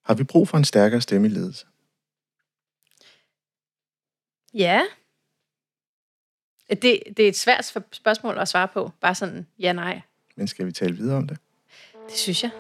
Har vi brug for en stærkere stemme i ledelse? Ja. Det er et svært spørgsmål at svare på. Bare sådan, ja, nej. Men skal vi tale videre om det? Det synes jeg.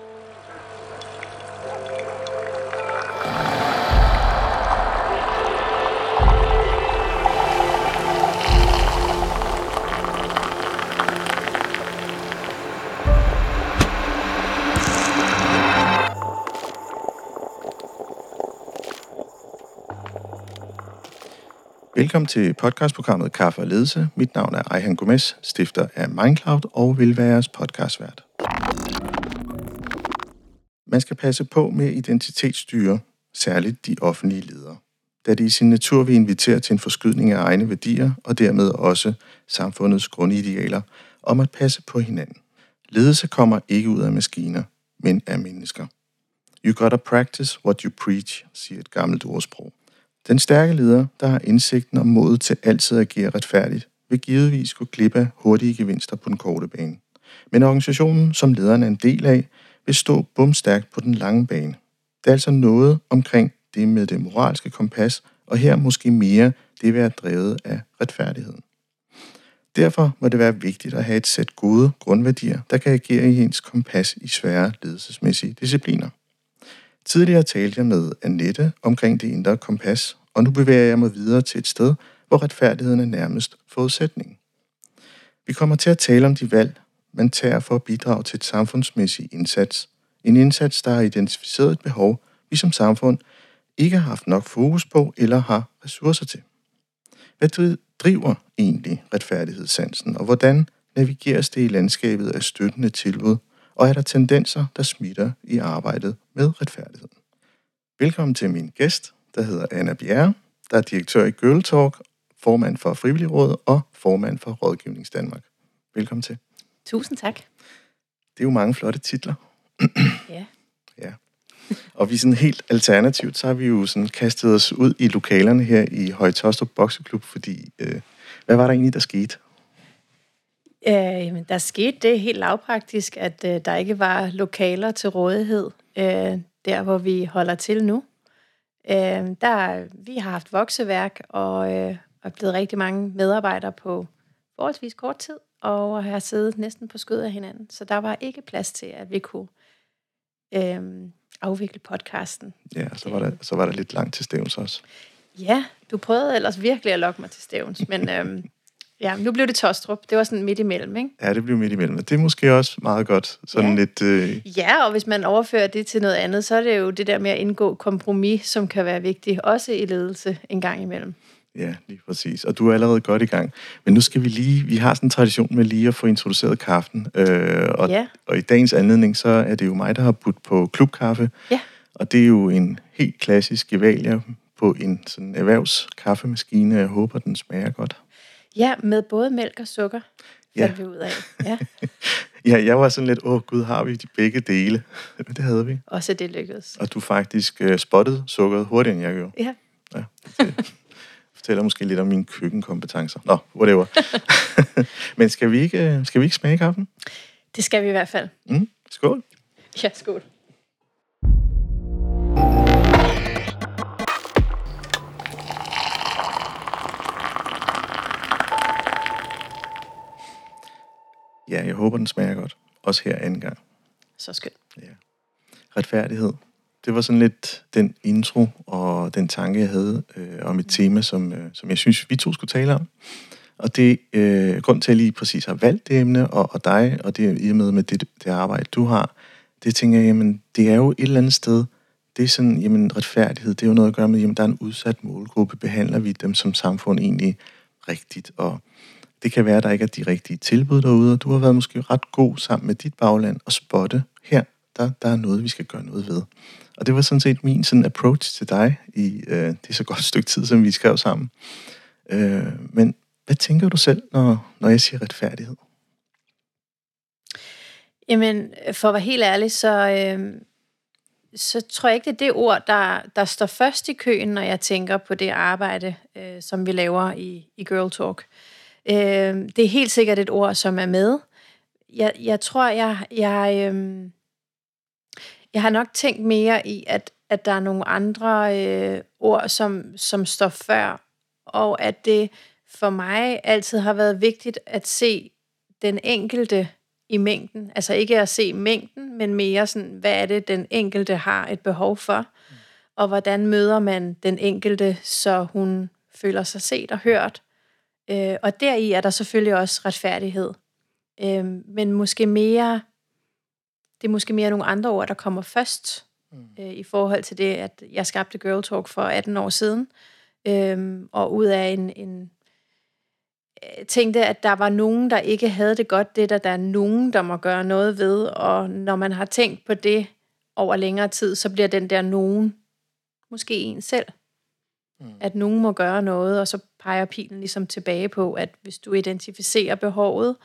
Velkommen til podcastprogrammet Kaffe og Ledelse. Mit navn er Ejhan Gomez, stifter af Mindcloud og vil være jeres podcastvært. Man skal passe på med identitetsstyre, særligt de offentlige ledere, da det i sin natur vil invitere til en forskydning af egne værdier og dermed også samfundets grundidealer om at passe på hinanden. Ledelse kommer ikke ud af maskiner, men af mennesker. You gotta practice what you preach, siger et gammelt ordsprog. Den stærke leder, der har indsigten og modet til altid at agere retfærdigt, vil givetvis gå glip af hurtige gevinster på den korte bane. Men organisationen, som lederen er en del af, vil stå bumstærkt på den lange bane. Det er altså noget omkring det med det moralske kompas, og her måske mere det vil være drevet af retfærdigheden. Derfor må det være vigtigt at have et sæt gode grundværdier, der kan agere i ens kompas i svære ledelsesmæssige discipliner. Tidligere talte jeg med Annette omkring det indre kompas, og nu bevæger jeg mig videre til et sted, hvor retfærdigheden er nærmest forudsætningen. Vi kommer til at tale om de valg, man tager for at bidrage til et samfundsmæssig indsats. En indsats, der har identificeret et behov, vi som samfund ikke har haft nok fokus på eller har ressourcer til. Hvad driver egentlig retfærdighedssansen, og hvordan navigeres det i landskabet af støttende tilbud, og er der tendenser, der smitter i arbejdet med retfærdighed? Velkommen til min gæst, der hedder Anna Bjerre, der er direktør i Girl Talk, formand for Frivilligrådet og formand for Rådgivnings Danmark. Velkommen til. Tusind tak. Det er jo mange flotte titler. Ja. Ja. Og vi sådan helt alternativt, så har vi jo sådan kastet os ud i lokalerne her i Høje Taastrup Bokseklub, fordi hvad var der egentlig, der skete? Der skete det helt lavpraktisk, at der ikke var lokaler til rådighed, der hvor vi holder til nu. Vi har haft vokseværk og er blevet rigtig mange medarbejdere på forholdsvis kort tid, og har siddet næsten på skød af hinanden. Så der var ikke plads til, at vi kunne afvikle podcasten. Ja, så var der lidt langt til stævns også. Ja, du prøvede ellers virkelig at lokke mig til stævns, men ja, nu blev det Taastrup. Det var sådan midt imellem, ikke? Ja, det blev midt imellem. Det er måske også meget godt. Sådan ja. Lidt... Ja, og hvis man overfører det til noget andet, så er det jo det der med at indgå kompromis, som kan være vigtigt, også i ledelse en gang imellem. Ja, lige præcis. Og du er allerede godt i gang. Men nu skal vi har sådan en tradition med lige at få introduceret kaffen. Og i dagens anledning, så er det jo mig, der har budt på klubkaffe. Ja. Og det er jo en helt klassisk Gevalia på en sådan erhvervskaffemaskine. Jeg håber, den smager godt. Ja, med både mælk og sukker, fandt vi ud af. Ja. Ja, jeg var sådan lidt, gud, har vi de begge dele? Men det havde vi. Også det lykkedes. Og du faktisk spottede sukkeret hurtigere, end jeg gjorde. Ja. Det fortæller måske lidt om mine køkkenkompetencer. Nå, whatever. Men skal vi ikke smage kaffen? Det skal vi i hvert fald. Skål. Ja, skål. Ja, jeg håber, den smager godt. Også her anden gang. Så skønt. Ja. Retfærdighed. Det var sådan lidt den intro og den tanke, jeg havde om et tema, som jeg synes, vi to skulle tale om. Og det grund til, at jeg lige præcis har valgt det emne, og dig, og det i og med det arbejde, du har, det tænker jeg, jamen, det er jo et eller andet sted, det er sådan, jamen, retfærdighed, det er jo noget at gøre med, jamen, der er en udsat målgruppe, behandler vi dem som samfund egentlig rigtigt, og det kan være, at der ikke er de rigtige tilbud derude, og du har været måske ret god sammen med dit bagland og spotte her, der er noget, vi skal gøre noget ved. Og det var sådan set min sådan approach til dig i det er så godt et stykke tid, som vi skrev sammen. Men hvad tænker du selv, når jeg siger retfærdighed? Jamen, for at være helt ærlig, så tror jeg ikke, det er det ord, der står først i køen, når jeg tænker på det arbejde, som vi laver i Girl Talk. Det er helt sikkert et ord, som er med. Jeg tror, Jeg har nok tænkt mere i, at der er nogle andre ord, som står før, og at det for mig altid har været vigtigt at se den enkelte i mængden. Altså ikke at se mængden, men mere sådan, hvad er det, den enkelte har et behov for, og hvordan møder man den enkelte, så hun føler sig set og hørt. Og deri er der selvfølgelig også retfærdighed. Men måske mere, det er måske mere nogle andre ord, der kommer først, i forhold til det, at jeg skabte Girl Talk for 18 år siden, og ud af en tænkte, at der var nogen, der ikke havde det godt, det der er nogen, der må gøre noget ved, og når man har tænkt på det over længere tid, så bliver den der nogen måske en selv. At nogen må gøre noget, og så peger pilen ligesom tilbage på, at hvis du identificerer behovet,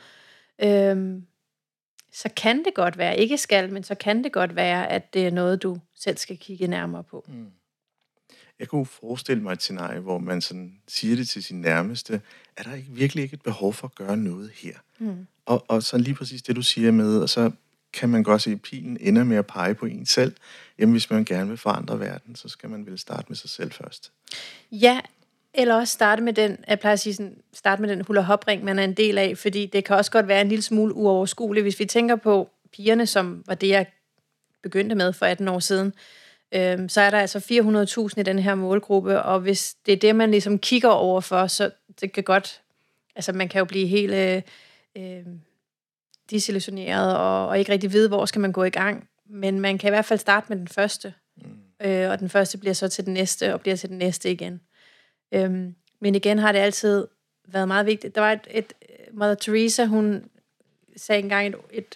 så kan det godt være, ikke skal, men så kan det godt være, at det er noget, du selv skal kigge nærmere på. Jeg kunne forestille mig et scenarie, hvor man sådan siger det til sin nærmeste, er der virkelig ikke et behov for at gøre noget her? Og så lige præcis det, du siger med, og så kan man godt se, at pilen ender med at pege på en selv. Jamen, hvis man gerne vil forandre verden, så skal man vel starte med sig selv først. Ja, eller også starte med den, jeg plejer at sige sådan, starte med den hula-hop-ring, man er en del af, fordi det kan også godt være en lille smule uoverskueligt. Hvis vi tænker på pigerne, som var det, jeg begyndte med for 18 år siden, så er der altså 400.000 i den her målgruppe, og hvis det er det, man ligesom kigger over for, så det kan godt, altså man kan jo blive helt desillusioneret, og ikke rigtig vide, hvor skal man gå i gang, men man kan i hvert fald starte med den første, og den første bliver så til den næste, og bliver til den næste igen. Men igen har det altid været meget vigtigt. Der var et Mother Teresa, hun sagde engang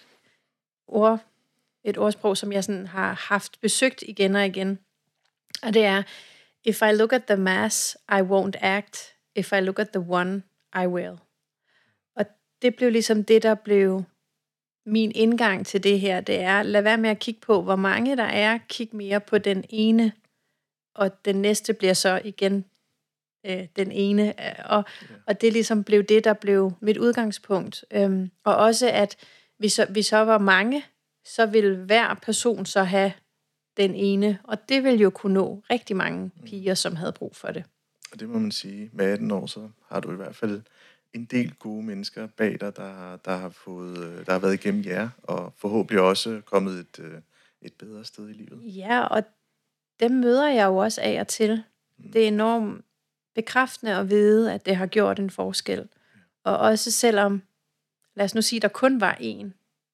et ordsprog, som jeg sådan har haft besøgt igen og igen. Og det er, if I look at the mass, I won't act. If I look at the one, I will. Og det blev ligesom det, der blev min indgang til det her. Det er, lad være med at kigge på, hvor mange der er. Kig mere på den ene, og den næste bliver så igen den ene. Og det ligesom blev det, der blev mit udgangspunkt. Og også, at vi så var mange, så vil hver person så have den ene, og det vil jo kunne nå rigtig mange piger, som havde brug for det. Og det må man sige, med 18 år, så har du i hvert fald en del gode mennesker bag dig, der har været igennem jer, og forhåbentlig også kommet et bedre sted i livet. Ja, og dem møder jeg jo også af og til. Det er enormt bekræftende at vide, at det har gjort en forskel. Og også selvom, lad os nu sige, der kun var én,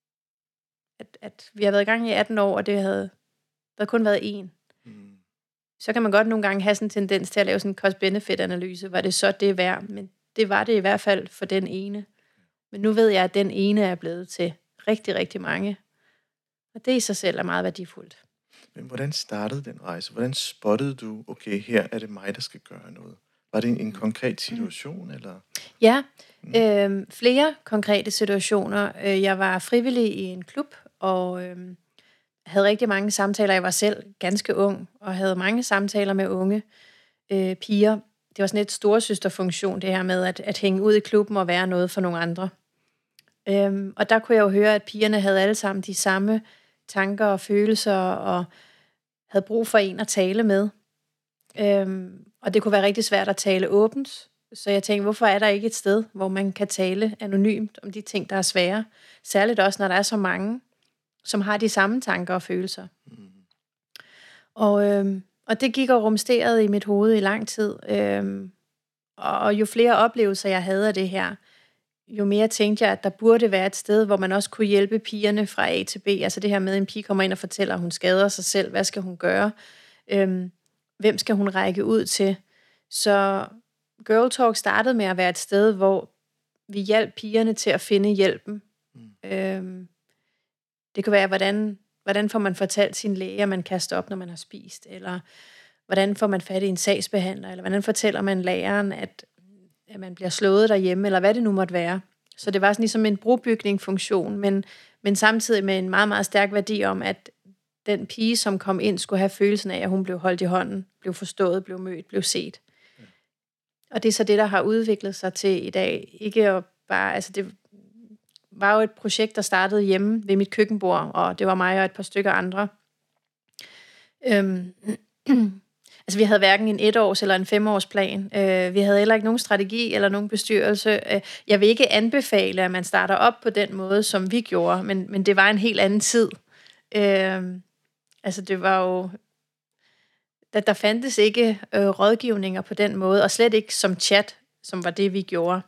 at vi har været i gang i 18 år, og der kun været én. Så kan man godt nogle gange have sådan en tendens til at lave sådan en cost-benefit-analyse. Var det så det værd? Men det var det i hvert fald for den ene. Men nu ved jeg, at den ene er blevet til rigtig, rigtig mange. Og det i sig selv er meget værdifuldt. Men hvordan startede den rejse? Hvordan spottede du, okay, her er det mig, der skal gøre noget? Var det en konkret situation, eller? Ja, flere konkrete situationer. Jeg var frivillig i en klub, og havde rigtig mange samtaler. Jeg var selv ganske ung, og havde mange samtaler med unge piger. Det var sådan et storesøsterfunktion, det her med at hænge ud i klubben og være noget for nogle andre. Og der kunne jeg jo høre, at pigerne havde alle sammen de samme tanker og følelser, og havde brug for en at tale med. Og det kunne være rigtig svært at tale åbent. Så jeg tænkte, hvorfor er der ikke et sted, hvor man kan tale anonymt om de ting, der er svære? Særligt også, når der er så mange, som har de samme tanker og følelser. Og det gik og rumsterede i mit hoved i lang tid. Og jo flere oplevelser jeg havde af det her, jo mere tænkte jeg, at der burde være et sted, hvor man også kunne hjælpe pigerne fra A til B. Altså det her med, at en pige kommer ind og fortæller, at hun skader sig selv. Hvad skal hun gøre? Hvem skal hun række ud til? Så Girl Talk startede med at være et sted, hvor vi hjalp pigerne til at finde hjælpen. Det kan være, hvordan får man fortalt sin læge, at man kaster op, når man har spist, eller hvordan får man fat i en sagsbehandler, eller hvordan fortæller man læreren, at man bliver slået derhjemme, eller hvad det nu måtte være. Så det var sådan ligesom en brobygning-funktion, men samtidig med en meget, meget stærk værdi om, at den pige, som kom ind, skulle have følelsen af, at hun blev holdt i hånden, blev forstået, blev mødt, blev set. Og det er så det, der har udviklet sig til i dag. Ikke at bare, altså det var jo et projekt, der startede hjemme ved mit køkkenbord, og det var mig og et par stykker andre. Øhm, altså, vi havde hverken en 1-års eller en 5-års plan. Vi havde heller ikke nogen strategi eller nogen bestyrelse. Jeg vil ikke anbefale, at man starter op på den måde, som vi gjorde, men det var en helt anden tid. Altså, det var jo... Der fandtes ikke rådgivninger på den måde, og slet ikke som chat, som var det, vi gjorde.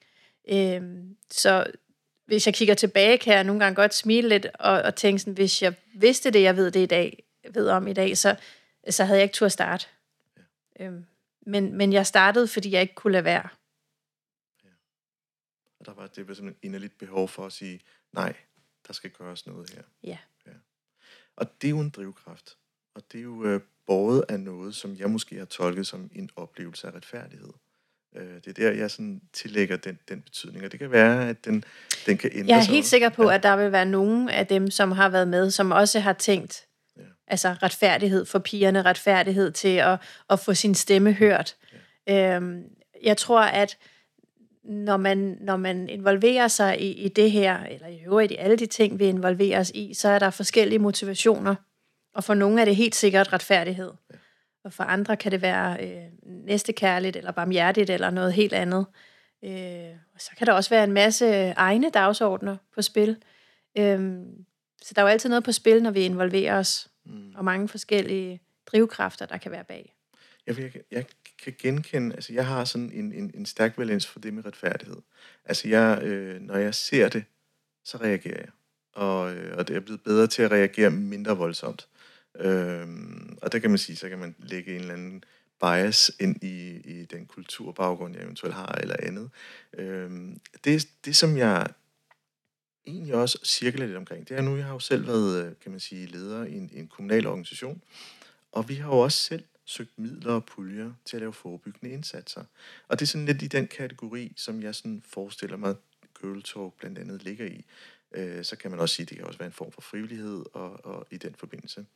Så hvis jeg kigger tilbage, kan jeg nogle gange godt smile lidt og tænke sådan, hvis jeg vidste det, jeg ved om i dag, så havde jeg ikke turde starte. Ja. Men jeg startede, fordi jeg ikke kunne lade være. Ja. Og der var det simpelthen et inderligt behov for at sige, nej, der skal gøres noget her. Ja. Og det er jo en drivkraft. Og det er jo båret af noget, som jeg måske har tolket som en oplevelse af retfærdighed. Det er der, jeg sådan tillægger den betydning. Og det kan være, at den kan ændre sig. Jeg er helt sikker på, at der vil være nogen af dem, som har været med, som også har tænkt, altså retfærdighed for pigerne, retfærdighed til at få sin stemme hørt. Ja. Jeg tror, at når man involverer sig i det her, eller i øvrigt i alle de ting, vi involverer os i, så er der forskellige motivationer. Og for nogle er det helt sikkert retfærdighed. Ja. Og for andre kan det være næstekærligt, eller barmhjertigt, eller noget helt andet. Og så kan der også være en masse egne dagsordner på spil. Så der er jo altid noget på spil, når vi involverer os. Og mange forskellige drivkræfter, der kan være bag. Jeg kan genkende, altså jeg har sådan en stærk valens for det med retfærdighed. Altså når jeg ser det, så reagerer jeg. Og det er blevet bedre til at reagere mindre voldsomt. Og der kan man sige, så kan man lægge en eller anden bias ind i den kulturbaggrund, jeg eventuelt har, eller andet. Det som jeg egentlig også cirkler lidt omkring, det er nu, jeg har jo selv været, kan man sige, leder i en kommunal organisation, og vi har jo også selv søgt midler og puljer til at lave forebyggende indsatser. Og det er sådan lidt i den kategori, som jeg sådan forestiller mig, Girl Talk blandt andet ligger i. Så kan man også sige, at det kan også være en form for frivillighed og i den forbindelse.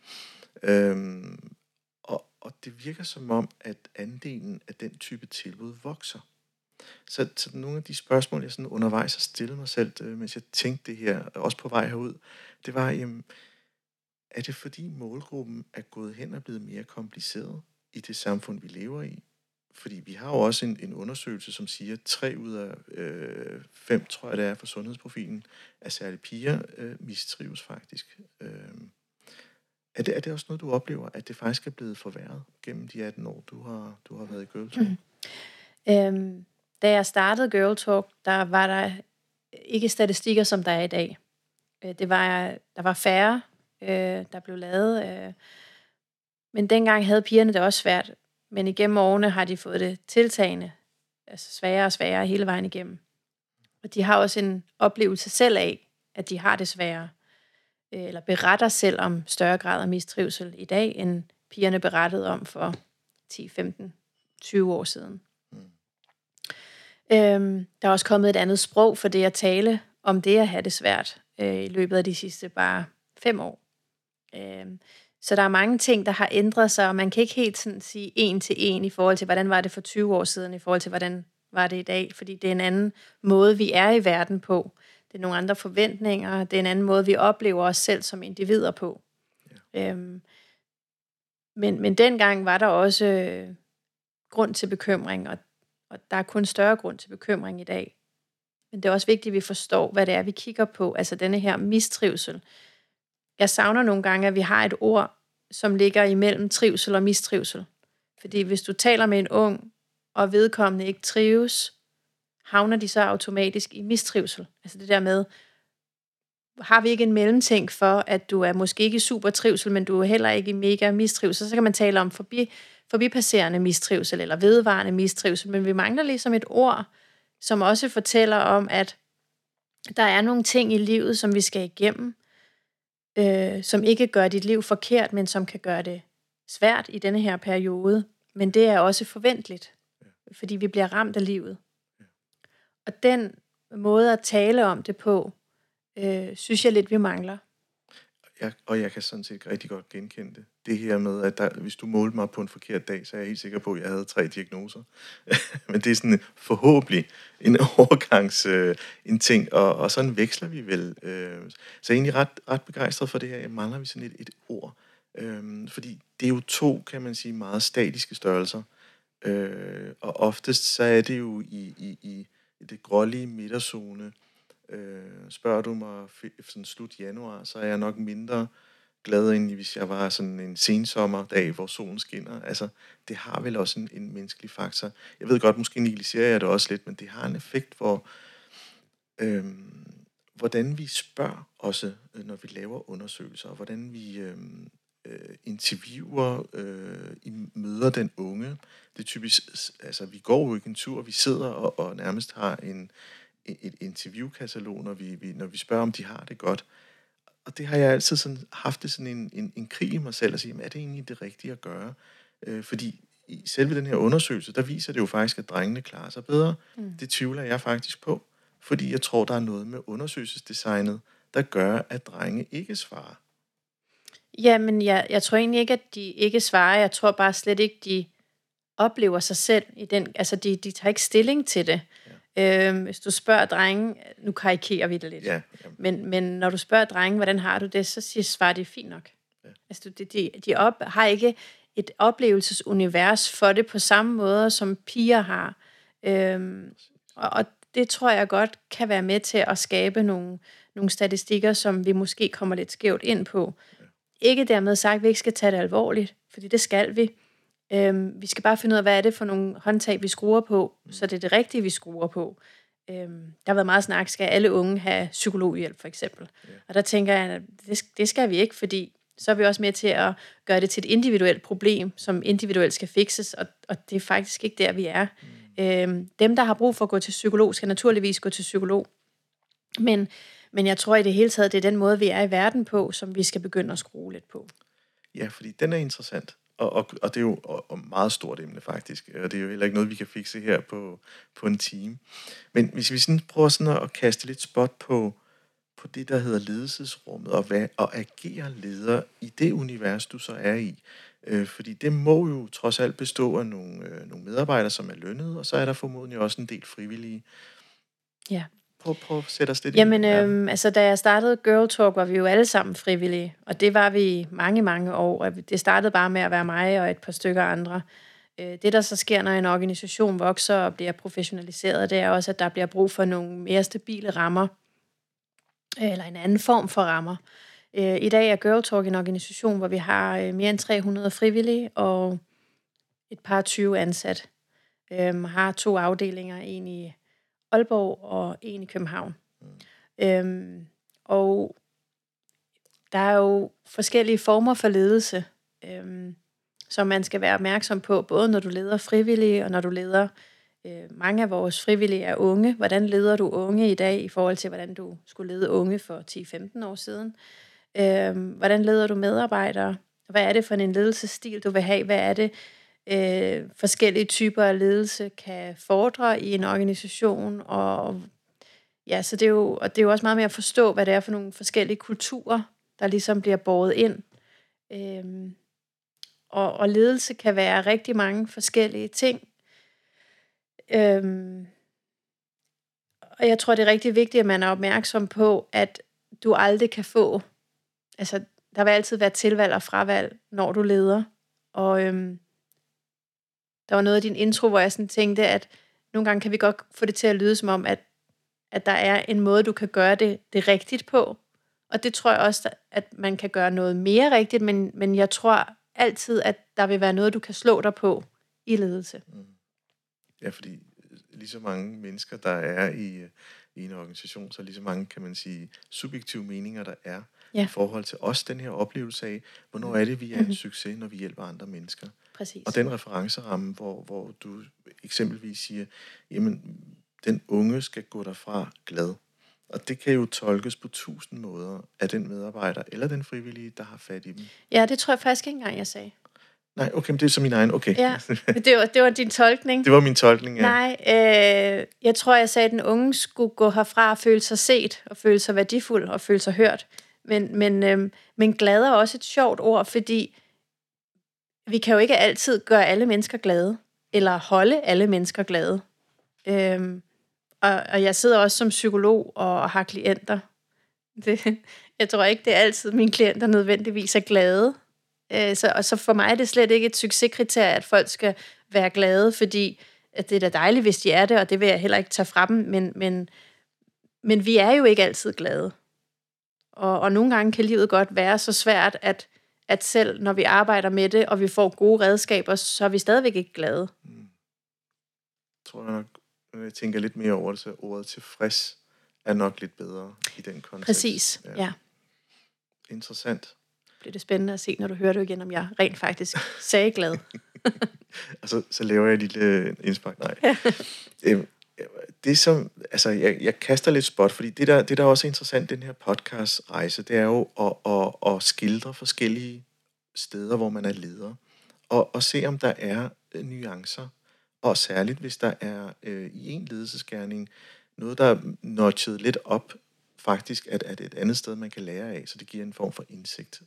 Og det virker som om, at andelen af den type tilbud vokser. Så nogle af de spørgsmål, jeg sådan undervejs har stillet mig selv, mens jeg tænkte det her, også på vej herud, det var, er det fordi målgruppen er gået hen og blevet mere kompliceret i det samfund, vi lever i? Fordi vi har jo også en undersøgelse, som siger, at 3 ud af 5, tror jeg det er, for sundhedsprofilen, af særligt piger mistrives faktisk. Er det også noget, du oplever, at det faktisk er blevet forværret gennem de 18 år, du har været i Girl Talk? Da jeg startede Girl Talk, der var der ikke statistikker, som der er i dag. Der var færre, der blev lavet. Men dengang havde pigerne det også svært. Men igennem årene har de fået det tiltagende, altså sværere og sværere hele vejen igennem. Og de har også en oplevelse selv af, at de har det sværere. Eller beretter selv om større grad af mistrivsel i dag, end pigerne berettede om for 10, 15, 20 år siden. Der er også kommet et andet sprog for det at tale om det at have det svært i løbet af de sidste bare 5 år. Så der er mange ting, der har ændret sig, og man kan ikke helt sådan sige en til en i forhold til, hvordan var det for 20 år siden, i forhold til, hvordan var det i dag, fordi det er en anden måde, vi er i verden på. Det er nogle andre forventninger, det er en anden måde, vi oplever os selv som individer på. Ja. Men dengang var der også grund til bekymring, og der er kun større grund til bekymring i dag. Men det er også vigtigt, at vi forstår, hvad det er, vi kigger på, altså denne her mistrivsel. Jeg savner nogle gange, at vi har et ord, som ligger imellem trivsel og mistrivsel. Fordi hvis du taler med en ung, og vedkommende ikke trives, havner de så automatisk i mistrivsel. Altså det der med, har vi ikke en mellemting for, at du er måske ikke i super trivsel, men du er heller ikke i mega mistrivsel, så kan man tale om forbipasserende mistrivsel, eller vedvarende mistrivsel, men vi mangler ligesom et ord, som også fortæller om, at der er nogle ting i livet, som vi skal igennem, som ikke gør dit liv forkert, men som kan gøre det svært i denne her periode. Men det er også forventeligt, fordi vi bliver ramt af livet. Og den måde at tale om det på, synes jeg lidt, vi mangler. Og jeg kan sådan set rigtig godt genkende det. Det her med, at hvis du målte mig på en forkert dag, så er jeg helt sikker på, at jeg havde 3 diagnoser. Men det er sådan forhåbentlig en overgangs en ting, og sådan veksler vi vel. Så jeg er egentlig ret begejstret for det her. Jeg mangler vi sådan et ord. Fordi det er jo to, kan man sige, meget statiske størrelser. Og oftest så er det jo i det grålige midterzone. Spørger du mig sådan slut januar, så er jeg nok mindre glad, end hvis jeg var sådan en sensommerdag, hvor solen skinner. Altså, det har vel også en menneskelig faktor. Jeg ved godt, måske negligerer jeg det også lidt, men det har en effekt, hvor hvordan vi spørger også, når vi laver undersøgelser, og hvordan vi interviewer, møder den unge. Det er typisk, altså vi går jo ikke en tur, vi sidder og nærmest har et interviewkatalog, når vi spørger, om de har det godt. Og det har jeg altid sådan, haft det sådan en krig i mig selv at sige, er det egentlig det rigtige at gøre? Fordi i selve den her undersøgelse, der viser det jo faktisk, at drengene klarer sig bedre. Det tvivler jeg faktisk på, fordi jeg tror, der er noget med undersøgelsesdesignet, der gør, at drenge ikke svarer. Jamen, jeg tror egentlig ikke, at de ikke svarer. Jeg tror bare slet ikke, de oplever sig selv i den. Altså, de tager ikke stilling til det. Ja. Hvis du spørger drenge, nu karikerer vi det lidt, ja. Men når du spørger drenge, hvordan har du det, så svarer de fint nok. Ja. Altså, de har ikke et oplevelsesunivers for det på samme måde, som piger har. Og det tror jeg godt kan være med til at skabe nogle statistikker, som vi måske kommer lidt skævt ind på. Ikke dermed sagt, at vi ikke skal tage det alvorligt, fordi det skal vi. Vi skal bare finde ud af, hvad er det for nogle håndtag, vi skruer på, så det er det rigtige, vi skruer på. Der har været meget snak, skal alle unge have psykologhjælp for eksempel? Ja. Og der tænker jeg, at det skal vi ikke, fordi så er vi også med til at gøre det til et individuelt problem, som individuelt skal fikses, og det er faktisk ikke der, vi er. Dem, der har brug for at gå til psykolog, skal naturligvis gå til psykolog. Men jeg tror i det hele taget, det er den måde, vi er i verden på, som vi skal begynde at skrue lidt på. Ja, fordi den er interessant. Og det er jo et meget stort emne faktisk, og det er jo heller ikke noget, vi kan fikse her på en time. Men hvis vi sådan prøver sådan at kaste lidt spot på det, der hedder ledelsesrummet, og agere leder i det univers, du så er i. Fordi det må jo trods alt bestå af nogle medarbejdere, som er lønnet, og så er der formodentlig også en del frivillige. Ja. Prøv at sætte os lidt ind. Altså da jeg startede Girl Talk, var vi jo alle sammen frivillige, og det var vi mange, mange år. Og det startede bare med at være mig og et par stykker andre. Det, der så sker, når en organisation vokser og bliver professionaliseret, det er også, at der bliver brug for nogle mere stabile rammer, eller en anden form for rammer. I dag er Girl Talk en organisation, hvor vi har mere end 300 frivillige og et par 20 ansat. Har 2 afdelinger, en i Aalborg og en i København. Og der er jo forskellige former for ledelse, som man skal være opmærksom på, både når du leder frivillige, og når du leder mange af vores frivillige er unge. Hvordan leder du unge i dag, i forhold til, hvordan du skulle lede unge for 10-15 år siden? Hvordan leder du medarbejdere? Hvad er det for en ledelsesstil, du vil have? Hvad er det, forskellige typer af ledelse kan fordre i en organisation? Og ja, så det er jo også meget mere at forstå, hvad det er for nogle forskellige kulturer, der ligesom bliver båret ind. Og ledelse kan være rigtig mange forskellige ting. Og jeg tror, det er rigtig vigtigt, at man er opmærksom på, at du aldrig kan få, altså der vil altid være tilvalg og fravalg, når du leder. Og der var noget af din intro, hvor jeg sådan tænkte, at nogle gange kan vi godt få det til at lyde som om, at der er en måde, du kan gøre det rigtigt på. Og det tror jeg også, at man kan gøre noget mere rigtigt, men jeg tror altid, at der vil være noget, du kan slå dig på i ledelse. Ja, fordi lige så mange mennesker, der er i en organisation, så lige så mange, kan man sige, subjektive meninger, der er i forhold til os, den her oplevelse af, hvornår er det, vi er en succes, når vi hjælper andre mennesker. Præcis. Og den referenceramme, hvor du eksempelvis siger, jamen, den unge skal gå derfra glad. Og det kan jo tolkes på 1000 måder af den medarbejder eller den frivillige, der har fat i dem. Ja, det tror jeg faktisk ikke engang, jeg sagde. Nej, okay, men det er så min egen, okay. Ja, det var din tolkning. Det var min tolkning, ja. Nej, jeg tror, jeg sagde, at den unge skulle gå herfra og føle sig set, og føle sig værdifuld, og føle sig hørt. Men glad er også et sjovt ord, fordi vi kan jo ikke altid gøre alle mennesker glade, eller holde alle mennesker glade. Og jeg sidder også som psykolog og har klienter. Jeg tror ikke, det er altid, mine klienter nødvendigvis er glade. Så for mig er det slet ikke et succeskriterie, at folk skal være glade, fordi at det er da dejligt, hvis de er det, og det vil jeg heller ikke tage fra dem, men vi er jo ikke altid glade. Og nogle gange kan livet godt være så svært, at selv når vi arbejder med det, og vi får gode redskaber, så er vi stadigvæk ikke glade. Tror jeg nok, når jeg tænker lidt mere over det, så ordet tilfreds er nok lidt bedre i den kontekst. Præcis, ja. Interessant. Bliver det spændende at se, når du hører det igen, om jeg rent faktisk sagde glad. Og så laver jeg et lille indspark. Nej. Det som, altså jeg kaster lidt spot, fordi det der også er interessant, den her podcast-rejse, det er jo at skildre forskellige steder, hvor man er leder, og se om der er nuancer, og særligt hvis der er i en ledelsesgerning noget, der er notchet lidt op, faktisk at et andet sted, man kan lære af, så det giver en form for indsigt.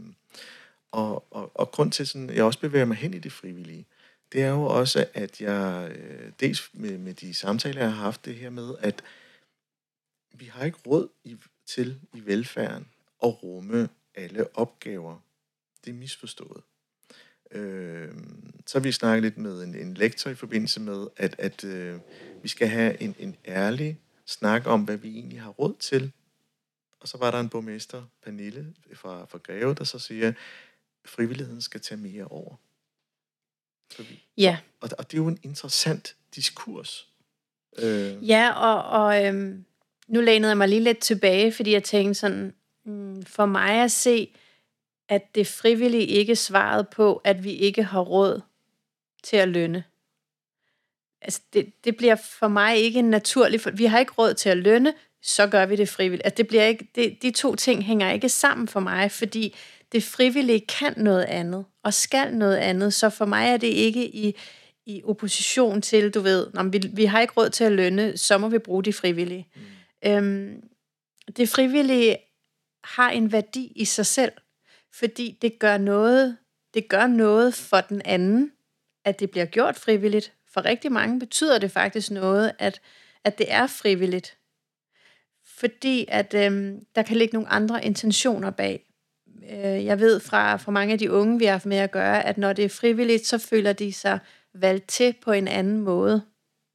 Og grund til, sådan, jeg også bevæger mig hen i det frivillige, det er jo også, at jeg dels med de samtaler, jeg har haft, det her med, at vi har ikke råd til i velfærden at rumme alle opgaver. Det er misforstået. Så har vi snakket lidt med en lektor i forbindelse med, at vi skal have en ærlig snak om, hvad vi egentlig har råd til. Og så var der en borgmester, Pernille fra Greve, der så siger, at frivilligheden skal tage mere over. Ja. Og det er jo en interessant diskurs. Ja, og nu lænede jeg mig lige lidt tilbage, fordi jeg tænkte sådan, for mig at se, at det frivillige ikke svarede på, at vi ikke har råd til at lønne. Altså det bliver for mig ikke naturligt, for vi har ikke råd til at lønne, så gør vi det frivilligt. Altså det bliver ikke, de to ting hænger ikke sammen for mig, fordi det frivillige kan noget andet, og skal noget andet, så for mig er det ikke i opposition til, du ved, vi har ikke råd til at lønne, så må vi bruge de frivillige. Det frivillige har en værdi i sig selv, fordi det gør noget for den anden, at det bliver gjort frivilligt. For rigtig mange betyder det faktisk noget, at det er frivilligt. Fordi at der kan ligge nogle andre intentioner bag. Jeg ved fra mange af de unge, vi har haft med at gøre, at når det er frivilligt, så føler de sig valgt til på en anden måde.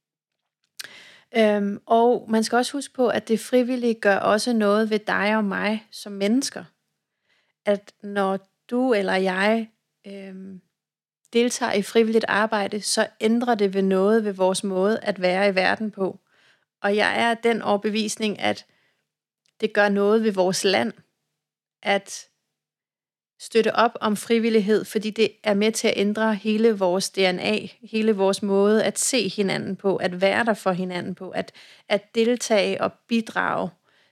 Og man skal også huske på, at det frivillige gør også noget ved dig og mig som mennesker. At når du eller jeg deltager i frivilligt arbejde, så ændrer det ved noget ved vores måde at være i verden på. Og jeg er af den overbevisning, at det gør noget ved vores land, at støtte op om frivillighed, fordi det er med til at ændre hele vores DNA, hele vores måde at se hinanden på, at være der for hinanden på, at deltage og bidrage.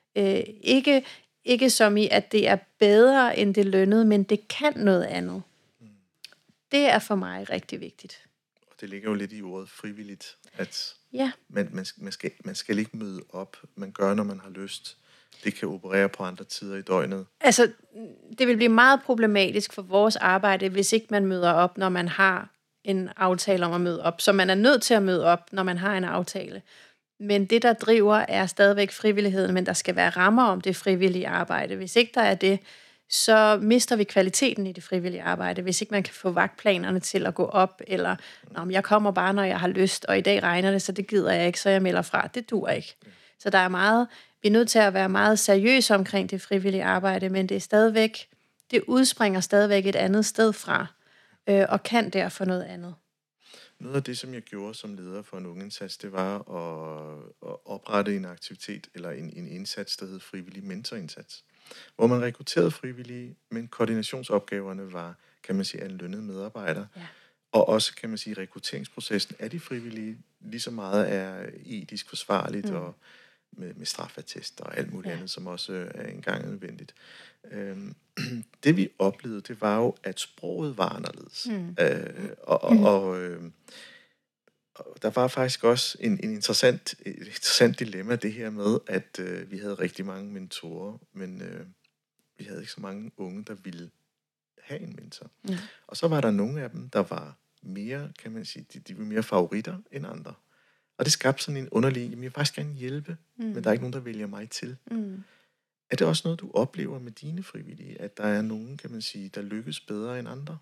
Ikke som i, at det er bedre end det lønnede, men det kan noget andet. Det er for mig rigtig vigtigt. Og det ligger jo lidt i ordet frivilligt, at ja. man skal ikke møde op. Man gør, når man har lyst. Det kan operere på andre tider i døgnet. Altså, det vil blive meget problematisk for vores arbejde, hvis ikke man møder op, når man har en aftale om at møde op. Så man er nødt til at møde op, når man har en aftale. Men det, der driver, er stadigvæk frivilligheden, men der skal være rammer om det frivillige arbejde. Hvis ikke der er det, så mister vi kvaliteten i det frivillige arbejde. Hvis ikke man kan få vagtplanerne til at gå op, eller jeg kommer bare, når jeg har lyst, og i dag regner det, så det gider jeg ikke, så jeg melder fra. Det duer ikke. Så der er meget... Vi er nødt til at være meget seriøse omkring det frivillige arbejde, men det udspringer stadigvæk et andet sted fra, og kan derfor noget andet. Noget af det, som jeg gjorde som leder for en ungeindsats, det var at oprette en aktivitet, eller en indsats, der hed frivillig mentorindsats, hvor man rekrutterede frivillige, men koordinationsopgaverne var, kan man sige, anlønnede medarbejdere. Ja. Og også, kan man sige, rekrutteringsprocessen af de frivillige lige så meget er etisk forsvarligt, og med strafattest og alt muligt andet, som også er engang nødvendigt. Det vi oplevede, det var jo, at sproget var anderledes. Og der var faktisk også et interessant dilemma, det her med, at vi havde rigtig mange mentorer, men vi havde ikke så mange unge, der ville have en mentor. Og så var der nogle af dem, der var mere, kan man sige, de var mere favoritter end andre. Og det skabte sådan en underlig, jeg vil faktisk gerne hjælpe, men der er ikke nogen, der vælger mig til. Er det også noget, du oplever med dine frivillige, at der er nogen, kan man sige, der lykkes bedre end andre?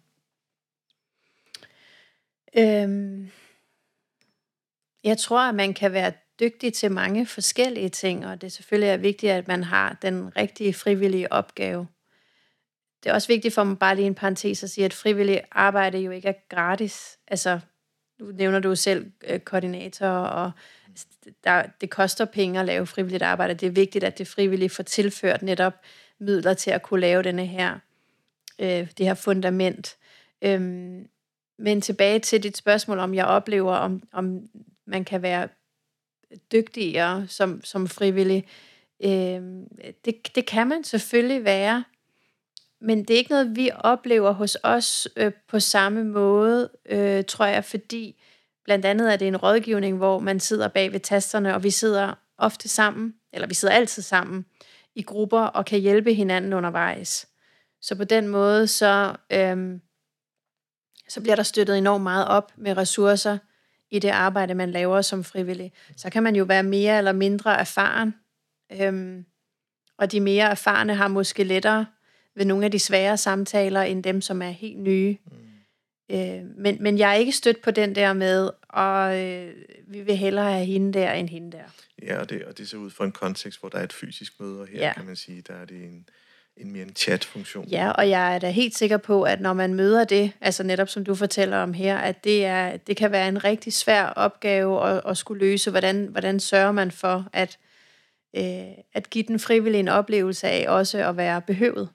Øhm, jeg tror, at man kan være dygtig til mange forskellige ting, og det selvfølgelig er vigtigt, at man har den rigtige frivillige opgave. Det er også vigtigt for mig bare lige en parentes at sige, at frivillig arbejde jo ikke er gratis. Altså, nu nævner du jo selv koordinator, og det koster penge at lave frivilligt arbejde. Det er vigtigt, at det frivillige får tilført netop midler til at kunne lave det her fundament. Men tilbage til dit spørgsmål, om jeg oplever, om man kan være dygtigere som frivillig. Det kan man selvfølgelig være, men det er ikke noget, vi oplever hos os på samme måde, tror jeg, fordi blandt andet er det en rådgivning, hvor man sidder bag ved tasterne, og vi sidder ofte sammen, eller vi sidder altid sammen i grupper og kan hjælpe hinanden undervejs. Så på den måde, så bliver der støttet enormt meget op med ressourcer i det arbejde, man laver som frivillig. Så kan man jo være mere eller mindre erfaren, og de mere erfarne har måske lettere ved nogle af de svære samtaler, end dem, som er helt nye. Men jeg er ikke stødt på den der med, og vi vil hellere have hende der, end hende der. Ja, og det ser ud for en kontekst, hvor der er et fysisk møde, og her kan man sige, der er det en mere en chat-funktion. Ja, og jeg er da helt sikker på, at når man møder det, altså netop som du fortæller om her, at det kan være en rigtig svær opgave at skulle løse. Hvordan sørger man for at give den frivillige en oplevelse af også at være behøvet?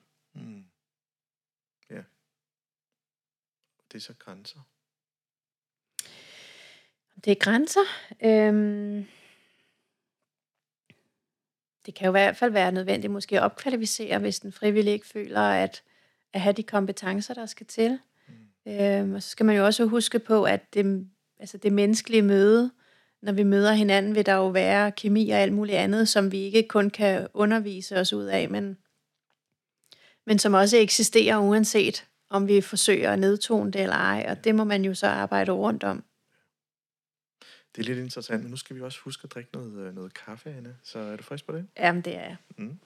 Ja. Det er så grænser. Det er grænser. Det kan jo i hvert fald være nødvendigt måske at opkvalificere, hvis den frivillige ikke føler at have de kompetencer, der skal til. Og så skal man jo også huske på, at det menneskelige møde, når vi møder hinanden, vil der jo være kemi og alt muligt andet, som vi ikke kun kan undervise os ud af, men som også eksisterer uanset om vi forsøger at nedtone det eller ej, og det må man jo så arbejde rundt om. Det er lidt interessant, men nu skal vi også huske at drikke noget kaffe, Anne. Så er du frisk på det? Jamen, det er jeg.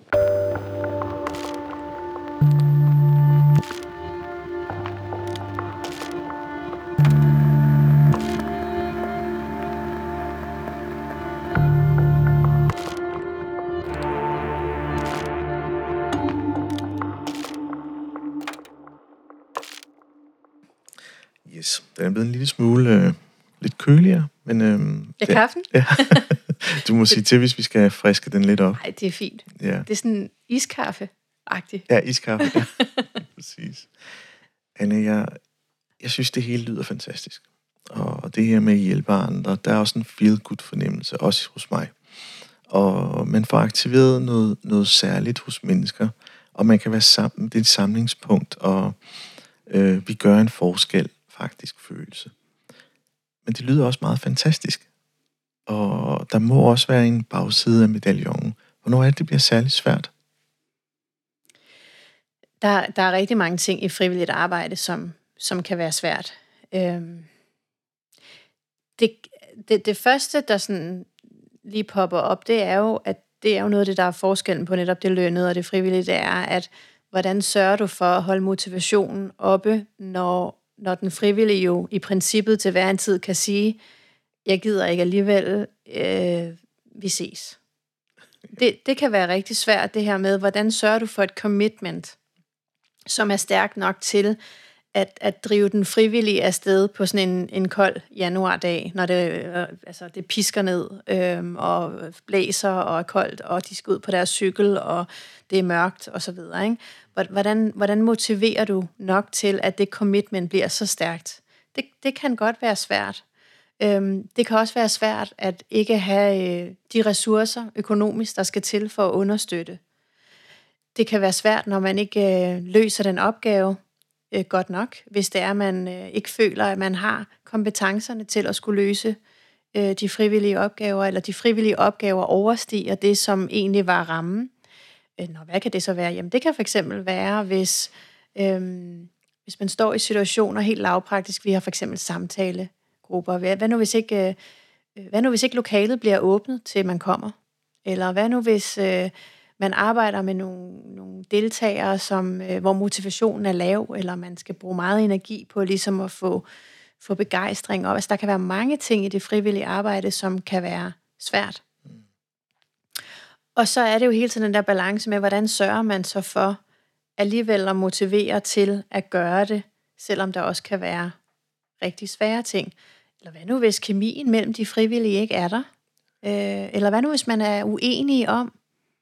Yes, den er blevet en lille smule lidt køligere, men... kaffen? Ja. Du må sige til, hvis vi skal friske den lidt op. Nej, det er fint. Ja. Det er sådan iskaffe-agtigt. Ja, iskaffe. Ja. Præcis. Anne, jeg synes, det hele lyder fantastisk. Og det her med at hjælpe andre, der er også en feel-good fornemmelse, også hos mig. Og man får aktiveret noget særligt hos mennesker, og man kan være sammen. Det er et samlingspunkt, og vi gør en forskel, faktisk følelse. Men det lyder også meget fantastisk. Og der må også være en bagside af medaljonen. Hvornår er det bliver særligt svært? Der er rigtig mange ting i frivilligt arbejde, som kan være svært. Det første, der sådan lige popper op, det er jo, at det er jo noget af det, der er forskellen på netop det lønnede og det frivillige, det er, at hvordan sørger du for at holde motivationen oppe, når den frivillige jo i princippet til hver en tid kan sige, jeg gider ikke alligevel, vi ses. Det kan være rigtig svært, det her med, hvordan sørger du for et commitment, som er stærkt nok til at drive den frivillige afsted på sådan en kold januardag, når det pisker ned og blæser og er koldt, og de skal ud på deres cykel, og det er mørkt og så videre, ikke? Hvordan motiverer du nok til, at det commitment bliver så stærkt? Det kan godt være svært. Det kan også være svært at ikke have de ressourcer økonomisk, der skal til for at understøtte. Det kan være svært, når man ikke løser den opgave godt nok, hvis det er, at man ikke føler, at man har kompetencerne til at skulle løse de frivillige opgaver, eller de frivillige opgaver overstiger det, som egentlig var rammen. Hvad kan det så være? Jamen, det kan for eksempel være, hvis man står i situationer helt lavpraktisk. Vi har for eksempel samtalegrupper. Hvad nu hvis ikke lokalet bliver åbnet, til man kommer? Eller hvad nu hvis man arbejder med nogle deltagere, hvor motivationen er lav, eller man skal bruge meget energi på ligesom at få begejstring op. Altså, der kan være mange ting i det frivillige arbejde, som kan være svært. Og så er det jo hele tiden den der balance med, hvordan sørger man så for alligevel at motivere til at gøre det, selvom der også kan være rigtig svære ting. Eller hvad nu, hvis kemien mellem de frivillige ikke er der? Eller hvad nu, hvis man er uenige om,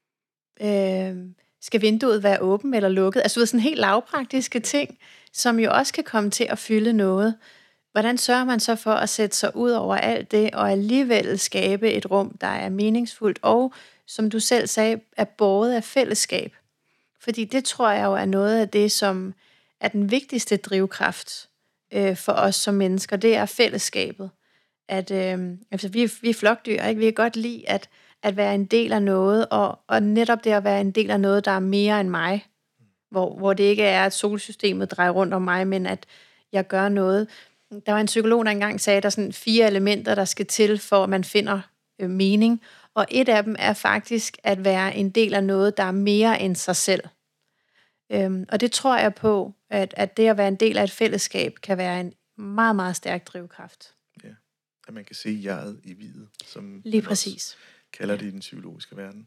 skal vinduet være åbent eller lukket? Altså, sådan helt lavpraktiske ting, som jo også kan komme til at fylde noget. Hvordan sørger man så for at sætte sig ud over alt det, og alligevel skabe et rum, der er meningsfuldt, og som du selv sagde, er båret af fællesskab? Fordi det tror jeg jo er noget af det, som er den vigtigste drivkraft for os som mennesker. Det er fællesskabet. Altså vi er flokdyr, ikke? Vi kan godt lide at være en del af noget, og netop det at være en del af noget, der er mere end mig. Hvor det ikke er, at solsystemet drejer rundt om mig, men at jeg gør noget. Der var en psykolog, der engang sagde, at der er sådan 4 elementer, der skal til, for at man finder mening. Og et af dem er faktisk at være en del af noget, der er mere end sig selv. Og det tror jeg på, at det at være en del af et fællesskab, kan være en meget, meget stærk drivkraft. Ja, at man kan se jeget i videt, som lige præcis kalder det i den psykologiske verden.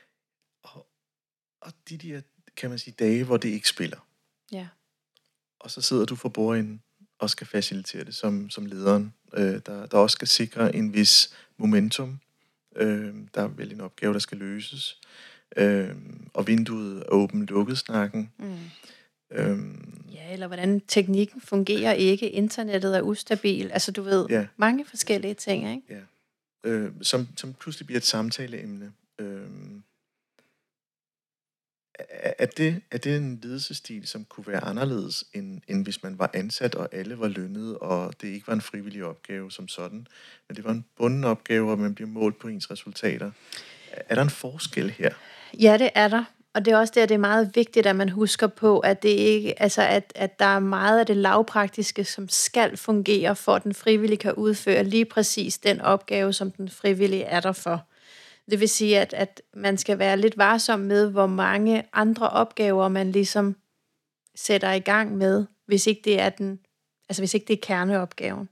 Og de der, kan man sige, dage, hvor det ikke spiller. Ja. Og så sidder du for bordenden og skal facilitere det som lederen, der også skal sikre en vis momentum. Der er vel en opgave, der skal løses. Og vinduet er åbent-lukket snakken. Ja, eller hvordan teknikken fungerer ikke. Internettet er ustabil. Altså, du ved, mange forskellige ting, ikke? Ja. Som pludselig bliver et samtaleemne. Er det en ledelsesstil, som kunne være anderledes, end hvis man var ansat, og alle var lønnet, og det ikke var en frivillig opgave som sådan, men det var en bunden opgave, og man bliver målt på ens resultater? Er der en forskel her? Ja, det er der. Og det er også det er meget vigtigt, at man husker på, at det ikke, altså at der er meget af det lavpraktiske, som skal fungere, for at den frivillige kan udføre lige præcis den opgave, som den frivillige er der for. Det vil sige, at man skal være lidt varsom med, hvor mange andre opgaver man ligesom sætter i gang med, hvis ikke det er hvis ikke det er kerneopgaven.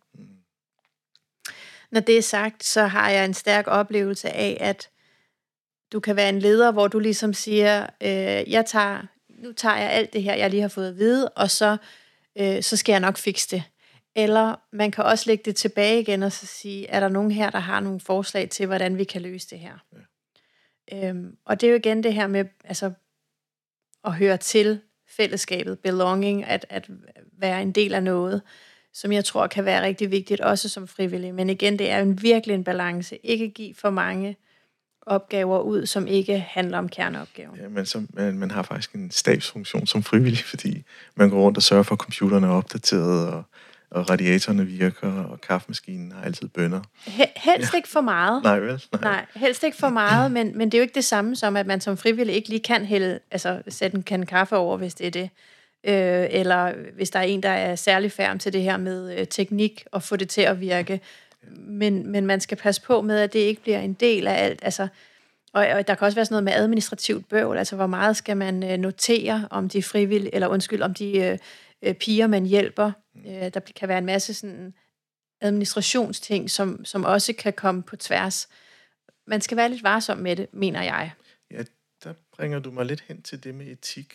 Når det er sagt, så har jeg en stærk oplevelse af, at du kan være en leder, hvor du ligesom siger, nu tager jeg alt det her, jeg lige har fået at vide, og så skal jeg nok fikse det. Eller man kan også lægge det tilbage igen og så sige, er der nogen her, der har nogle forslag til, hvordan vi kan løse det her? Ja. Og det er jo igen det her med at høre til fællesskabet, belonging, at være en del af noget, som jeg tror kan være rigtig vigtigt, også som frivillig. Men igen, det er jo virkelig en balance. Ikke give for mange opgaver ud, som ikke handler om kerneopgaven. Ja, men man har faktisk en stabsfunktion som frivillig, fordi man går rundt og sørger for, at computerne er opdateret, og radiatorerne virker, og kaffemaskinen har altid bønner. Helst ikke for meget. Nej, vel? Nej, helst ikke for meget, men det er jo ikke det samme som, at man som frivillig ikke lige kan sætte en kande kaffe over, hvis det er det. Eller hvis der er en, der er særlig færm til det her med teknik, og få det til at virke. Men man skal passe på med, at det ikke bliver en del af alt. Altså, og der kan også være sådan noget med administrativt bøvl. Altså, hvor meget skal man notere om de frivillige, eller om de piger, man hjælper. Der kan være en masse sådan administrationsting, som også kan komme på tværs. Man skal være lidt varsom med det, mener jeg. Ja, der bringer du mig lidt hen til det med etik.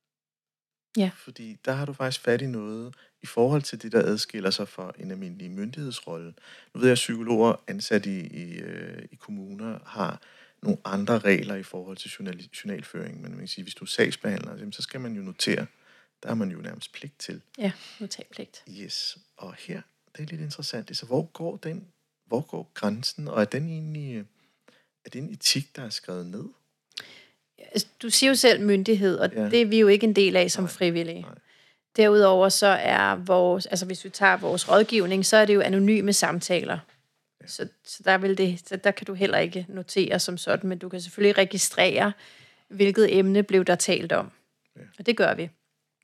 Ja. Fordi der har du faktisk fat i noget i forhold til det, der adskiller sig fra en almindelig myndighedsrolle. Nu ved jeg, at psykologer ansat i kommuner har nogle andre regler i forhold til journalføring. Men man kan sige, hvis du er sagsbehandler, så skal man jo notere. Der har man jo nærmest pligt til. Ja, notatpligt. Yes, og her, det er lidt interessant. Så hvor går grænsen, og er den egentlig, er det en etik, der er skrevet ned? Du siger jo selv myndighed, og det er vi jo ikke en del af som frivillige. Nej. Derudover så er hvis vi tager vores rådgivning, så er det jo anonyme samtaler. Ja. Så der kan du heller ikke notere som sådan, men du kan selvfølgelig registrere, hvilket emne blev der talt om. Ja. Og det gør vi.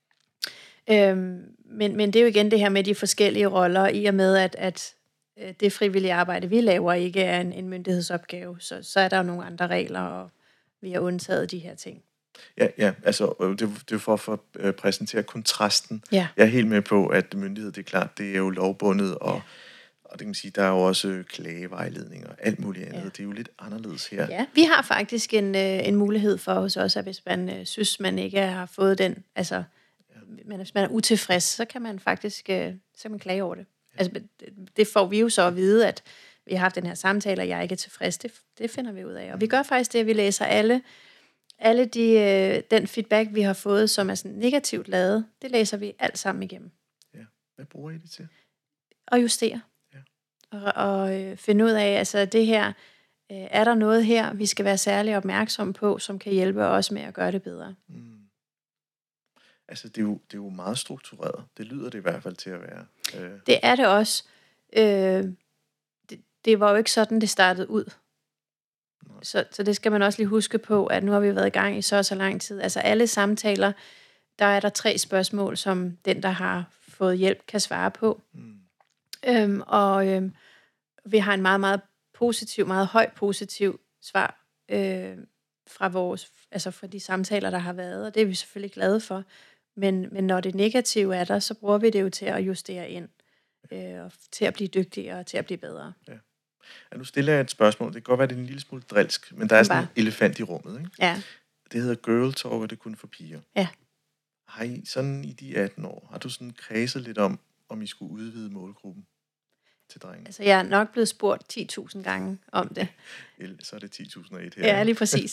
Men det er jo igen det her med de forskellige roller, i og med, at det frivillige arbejde, vi laver, ikke er en myndighedsopgave. Så er der jo nogle andre regler, og vi har undtaget de her ting. Ja, altså det er for at præsentere kontrasten. Ja. Jeg er helt med på, at myndighed, det er klart, det er jo lovbundet, og det kan man sige, der er jo også klagevejledning og alt muligt andet. Det er jo lidt anderledes her. Ja, vi har faktisk en mulighed for hos os, at hvis man synes, man ikke har fået den, altså hvis man er utilfreds, så kan man faktisk så kan man klage over det. Ja. Altså, det får vi jo så at vide, at vi har haft den her samtale, og jeg ikke er tilfreds. Det finder vi ud af. Og vi gør faktisk det, at vi læser alle den feedback, vi har fået, som er sådan negativt lavet, det læser vi alt sammen igennem. Ja. Hvad bruger I det til? Og justere. Ja. Og finde ud af, altså det her, er der noget her, vi skal være særlig opmærksom på, som kan hjælpe os med at gøre det bedre. Altså det er jo meget struktureret. Det lyder det i hvert fald til at være. Det er det også. Det var jo ikke sådan, det startede ud. Så det skal man også lige huske på, at nu har vi været i gang i så lang tid. Altså alle samtaler, der er der 3 spørgsmål, som den, der har fået hjælp, kan svare på. Vi har en meget, meget positiv, meget højt positiv svar fra de samtaler, der har været, og det er vi selvfølgelig glade for. Men når det negative er der, så bruger vi det jo til at justere ind, og til at blive dygtigere og til at blive bedre. Ja. Ja, nu stiller jeg et spørgsmål. Det kan godt være, det er en lille smule drilsk, men der er sådan en elefant i rummet, ikke? Ja. Det hedder Girl Talk, og det er kun for piger. Ja. Har I sådan i de 18 år, har du sådan kredset lidt om I skulle udvide målgruppen til drenge? Altså, jeg er nok blevet spurgt 10.000 gange om det. Så er det 10.001 her. Ja, lige præcis.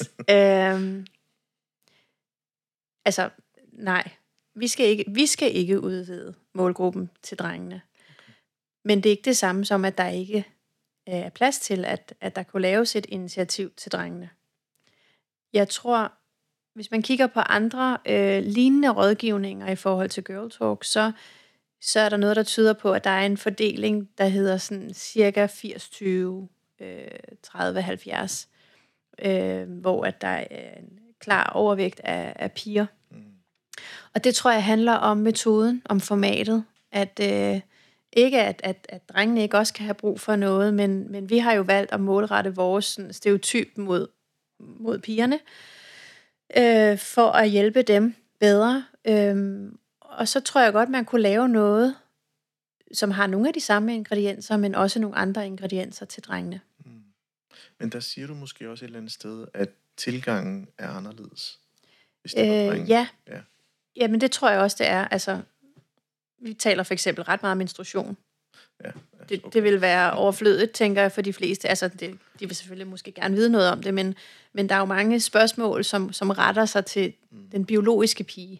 Altså, nej. Vi skal ikke udvide målgruppen til drengene. Okay. Men det er ikke det samme som, at der ikke er plads til, at der kunne laves et initiativ til drengene. Jeg tror, hvis man kigger på andre lignende rådgivninger i forhold til Girl Talk, så er der noget, der tyder på, at der er en fordeling, der hedder sådan cirka 80-20, 30-70, hvor at der er en klar overvægt af piger. Og det tror jeg handler om metoden, om formatet, at ikke at drengene ikke også kan have brug for noget, men vi har jo valgt at målrette vores sådan, stereotyp mod pigerne, for at hjælpe dem bedre. Og så tror jeg godt, man kunne lave noget, som har nogle af de samme ingredienser, men også nogle andre ingredienser til drengene. Men der siger du måske også et eller andet sted, at tilgangen er anderledes, hvis det var drenge. Ja. Jamen det tror jeg også, det er. Altså, vi taler for eksempel ret meget om menstruation. Ja, okay. Det vil være overflødigt, tænker jeg, for de fleste. Altså, de vil selvfølgelig måske gerne vide noget om det, men der er jo mange spørgsmål, som retter sig til den biologiske pige,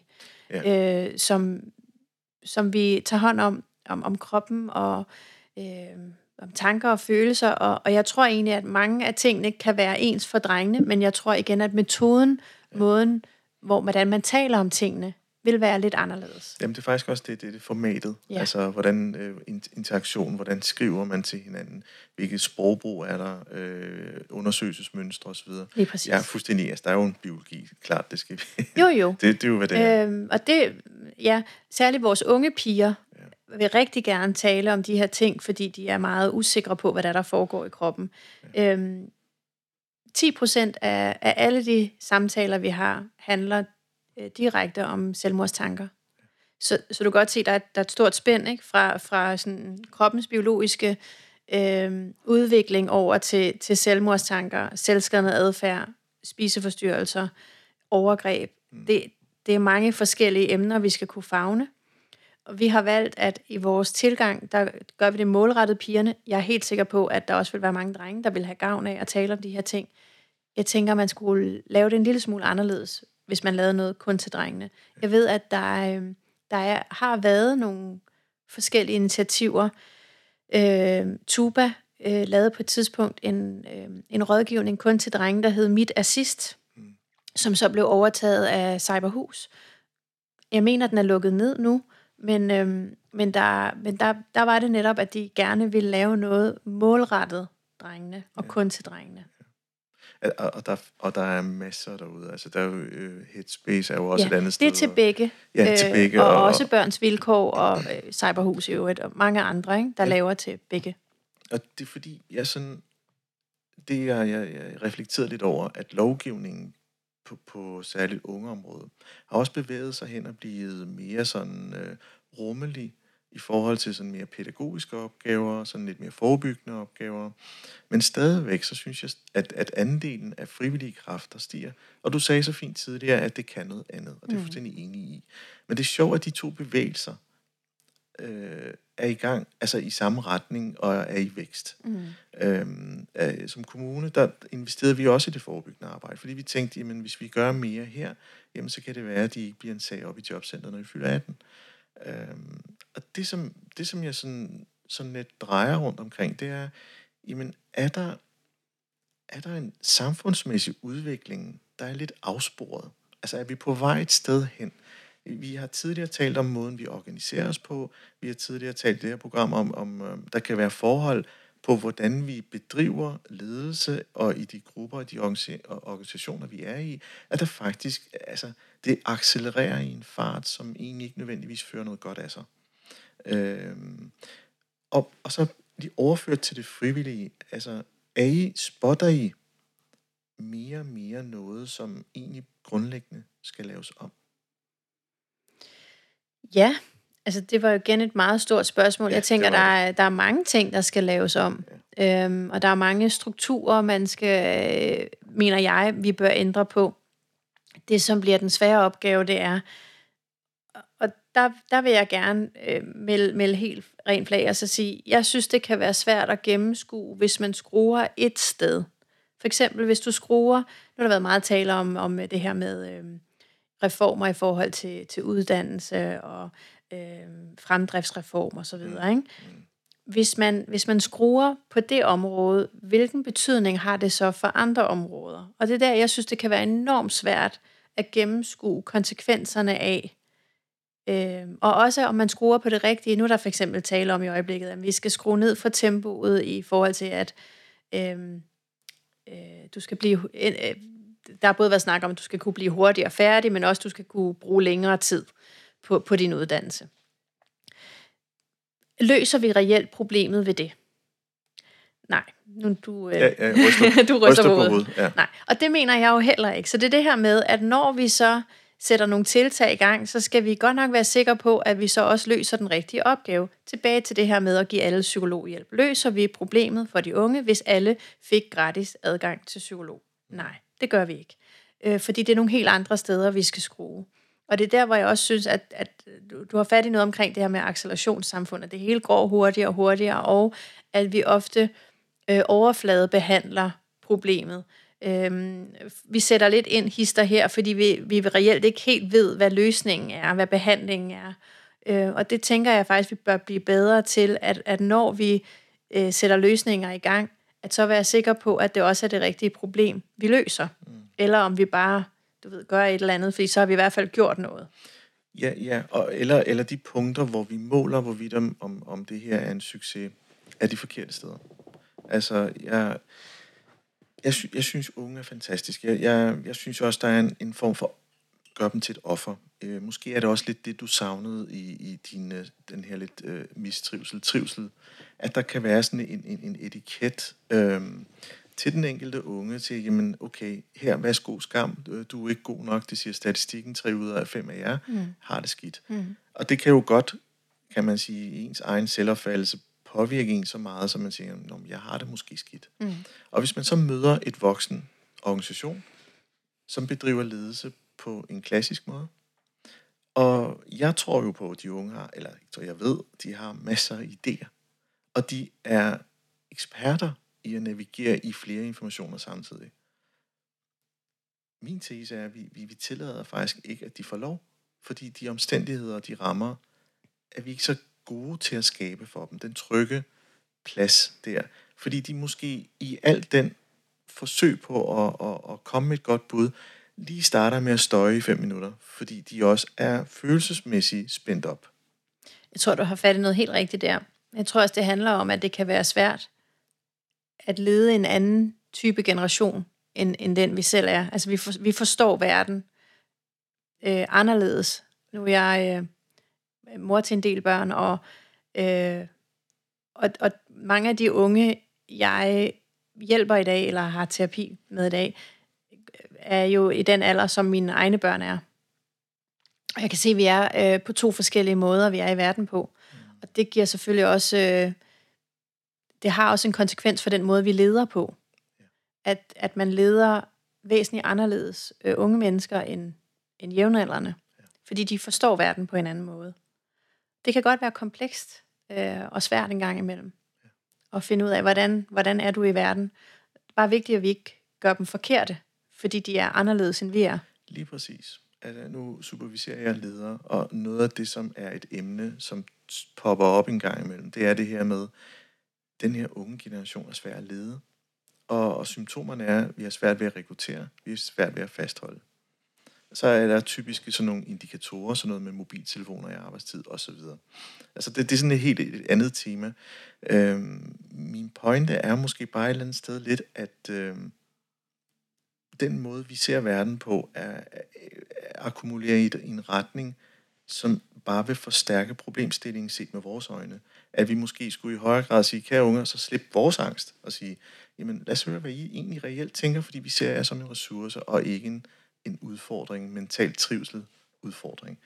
som vi tager hånd om kroppen og om tanker og følelser. Og jeg tror egentlig, at mange af tingene kan være ens for drengene, men jeg tror igen, at metoden, måden, hvordan man taler om tingene, vil være lidt anderledes. Jamen det er faktisk også det formatet. Ja. Altså hvordan interaktion, hvordan skriver man til hinanden, hvilket sprogbrug er der, undersøgelsesmønstre osv. Lige præcis. Ja, fuldstændig. Altså, der er jo en biologi, klart det skal vi. Jo. det er jo, hvad det er. Og det, særligt vores unge piger vil rigtig gerne tale om de her ting, fordi de er meget usikre på, hvad der foregår i kroppen. 10% af alle de samtaler, vi har, handler direkte om selvmordstanker. Så du kan godt se, der er et stort spænd, ikke? Fra sådan kroppens biologiske udvikling over til selvmordstanker, selvskadende adfærd, spiseforstyrrelser, overgreb. Det er mange forskellige emner, vi skal kunne favne. Og vi har valgt, at i vores tilgang, der gør vi det målrettet pigerne. Jeg er helt sikker på, at der også vil være mange drenge, der vil have gavn af at tale om de her ting. Jeg tænker, man skulle lave det en lille smule anderledes, hvis man lavede noget kun til drengene. Jeg ved, at der har været nogle forskellige initiativer. Tuba lavede på et tidspunkt en rådgivning kun til drenge, der hed Mit Assist, som så blev overtaget af Cyberhus. Jeg mener, den er lukket ned nu, men der var det netop, at de gerne ville lave noget målrettet drengene, og kun til drengene. Og der er masser derude. Altså, der er jo Headspace er jo også et andet sted. Det er til begge. Ja, til begge. Og også Børns Vilkår og Cyberhus i øvrigt, og mange andre, ikke, der laver til begge. Og det er fordi, jeg reflekterede lidt over, at lovgivningen på særligt ungeområdet, har også bevæget sig hen og blevet mere sådan rummelig i forhold til sådan mere pædagogiske opgaver, sådan lidt mere forebyggende opgaver. Men stadigvæk, så synes jeg, at andelen af frivillige kræfter stiger. Og du sagde så fint tidligere, at det kan noget andet, og det er jeg fuldstændig enig i. Men det er sjovt, at de to bevægelser er i gang, altså i samme retning og er i vækst. Som kommune, der investerede vi også i det forebyggende arbejde, fordi vi tænkte, jamen hvis vi gør mere her, jamen så kan det være, at de ikke bliver en sag op i jobcenteret, når vi fylder 18. Og det som jeg sådan lidt drejer rundt omkring, det er, jamen er der en samfundsmæssig udvikling, der er lidt afsporet? Altså er vi på vej et sted hen? Vi har tidligere talt om måden, vi organiserer os på. Vi har tidligere talt i det her program om der kan være forhold på, hvordan vi bedriver ledelse, og i de grupper og de organisationer, vi er i, at der faktisk, altså, det accelererer i en fart, som egentlig ikke nødvendigvis fører noget godt af sig. Og så lige overført til det frivillige, altså, spotter I mere og mere noget, som egentlig grundlæggende skal laves om? Ja, altså det var jo igen et meget stort spørgsmål. Ja, jeg tænker, det var der er mange ting, der skal laves om. Og der er mange strukturer, man skal, mener jeg, vi bør ændre på. Det, som bliver den svære opgave, det er, og der vil jeg gerne melde helt rent flag og så sige, jeg synes, det kan være svært at gennemskue, hvis man skruer et sted. For eksempel, hvis du skruer, nu har der været meget tale om det her med reformer i forhold til uddannelse og fremdriftsreform og så videre, ikke? Hvis man skruer på det område, hvilken betydning har det så for andre områder? Og det er der, jeg synes, det kan være enormt svært at gennemskue konsekvenserne af. Og også om man skruer på det rigtige. Nu er der for eksempel tale om i øjeblikket, at vi skal skrue ned for tempoet i forhold til, at du skal blive... der har både været snak om, at du skal kunne blive hurtigere færdig, men også, at du skal kunne bruge længere tid på din uddannelse. Løser vi reelt problemet ved det? Nej. Nu, du ryster på hovedet. Ja. Nej. Og det mener jeg jo heller ikke. Så det er det her med, at når vi så sætter nogle tiltag i gang, så skal vi godt nok være sikre på, at vi så også løser den rigtige opgave. Tilbage til det her med at give alle psykologhjælp. Løser vi problemet for de unge, hvis alle fik gratis adgang til psykolog? Nej, det gør vi ikke. Fordi det er nogle helt andre steder, vi skal skrue. Og det er der, hvor jeg også synes, at du har fat i noget omkring det her med accelerationssamfundet. Det hele går hurtigere og hurtigere, og at vi ofte overfladebehandler problemet. Vi sætter lidt ind hister her, fordi vi reelt ikke helt ved, hvad løsningen er, hvad behandlingen er. Og det tænker jeg faktisk, vi bør blive bedre til, at når vi sætter løsninger i gang, at så være sikker på, at det også er det rigtige problem, vi løser. Eller om vi bare, gør et eller andet, fordi så har vi i hvert fald gjort noget. Ja, eller de punkter, hvor vi måler, hvorvidt om det her er en succes, er de forkerte steder. Altså, jeg synes, unge er fantastiske. Jeg synes også, der er en form for gør dem til et offer. Måske er det også lidt det, du savnede i den her lidt trivsel. At der kan være sådan en etiket til den enkelte unge, til, jamen okay, her, værsgo, skam, du er ikke god nok, det siger statistikken, 3 ud af 5 af jer har det skidt. Og det kan jo godt, kan man sige, ens egen selvopfattelse påvirke en så meget, som man siger, jeg har det måske skidt. Og hvis man så møder et voksen organisation, som bedriver ledelse på en klassisk måde, og jeg tror jo på, at de unge har, eller jeg ved, de har masser af idéer, og de er eksperter i at navigere i flere informationer samtidig. Min tese er, at vi tillader faktisk ikke, at de får lov, fordi de omstændigheder, de rammer, er vi ikke så gode til at skabe for dem, den trygge plads der. Fordi de måske i al den forsøg på at komme med et godt bud, lige starter med at støje i 5 minutter, fordi de også er følelsesmæssigt spændt op. Jeg tror, du har fat i noget helt rigtigt der. Jeg tror også, det handler om, at det kan være svært at lede en anden type generation, end den vi selv er. Altså vi forstår verden anderledes. Nu er jeg mor til en del børn, og mange af de unge, jeg hjælper i dag, eller har terapi med i dag, er jo i den alder, som mine egne børn er. Og jeg kan se, at vi er på 2 forskellige måder, vi er i verden på. Og det giver selvfølgelig også... det har også en konsekvens for den måde, vi leder på. At man leder væsentligt anderledes unge mennesker end jævnaldrende. Fordi de forstår verden på en anden måde. Det kan godt være komplekst og svært en gang imellem. At finde ud af, hvordan er du i verden. Det er bare vigtigt, at vi ikke gør dem forkerte, fordi de er anderledes, end vi er. Lige præcis. Altså, nu superviserer jeg ledere, og noget af det, som er et emne, som popper op en gang imellem, det er det her med, den her unge generation er svær at lede. Og symptomerne er, at vi har svært ved at rekruttere, vi har svært ved at fastholde. Så er der typisk sådan nogle indikatorer, sådan noget med mobiltelefoner i arbejdstid osv. Altså det er sådan et andet tema. Min pointe er måske bare et eller andet sted lidt, at den måde, vi ser verden på, er akkumuleret i en retning, som bare vil forstærke problemstillingen set med vores øjne. At vi måske skulle i højere grad sige, kære unger, så slip vores angst og sige, jamen lad os høre, hvad I egentlig reelt tænker, fordi vi ser jer som en ressource og ikke en udfordring, mental trivsel udfordring.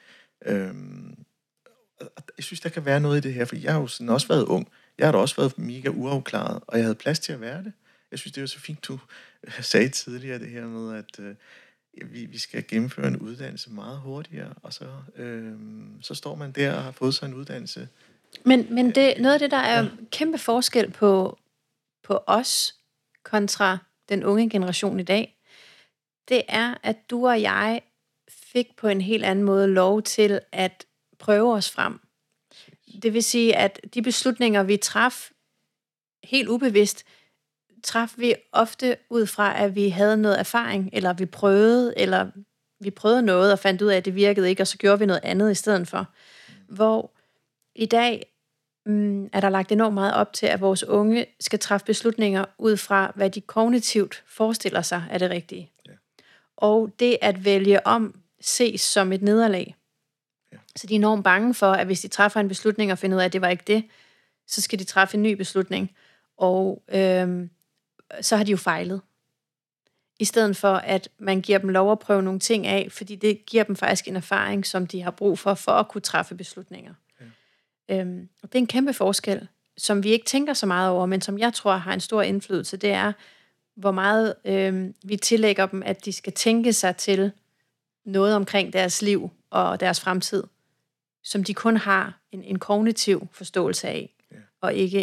Jeg synes, der kan være noget i det her, for jeg har jo sådan også været ung. Jeg har da også været mega uafklaret, og jeg havde plads til at være det. Jeg synes, det var så fint, du sagde tidligere det her med, at vi skal gennemføre en uddannelse meget hurtigere, og så står man der og har fået sig en uddannelse. Men det, noget af det, der er kæmpe forskel på os kontra den unge generation i dag, det er, at du og jeg fik på en helt anden måde lov til at prøve os frem. Det vil sige, at de beslutninger, vi traf helt ubevidst, traf vi ofte ud fra, at vi havde noget erfaring, eller vi prøvede noget og fandt ud af, at det virkede ikke, og så gjorde vi noget andet i stedet for. Hvor i dag er der lagt enormt meget op til, at vores unge skal træffe beslutninger ud fra, hvad de kognitivt forestiller sig er det rigtige. Ja. Og det at vælge om ses som et nederlag. Ja. Så de er enormt bange for, at hvis de træffer en beslutning og finder ud af, at det var ikke det, så skal de træffe en ny beslutning. Og så har de jo fejlet. I stedet for, at man giver dem lov at prøve nogle ting af, fordi det giver dem faktisk en erfaring, som de har brug for at kunne træffe beslutninger. Ja. Og det er en kæmpe forskel, som vi ikke tænker så meget over, men som jeg tror har en stor indflydelse. Det er, hvor meget vi tillægger dem, at de skal tænke sig til noget omkring deres liv og deres fremtid, som de kun har en kognitiv forståelse af, og ikke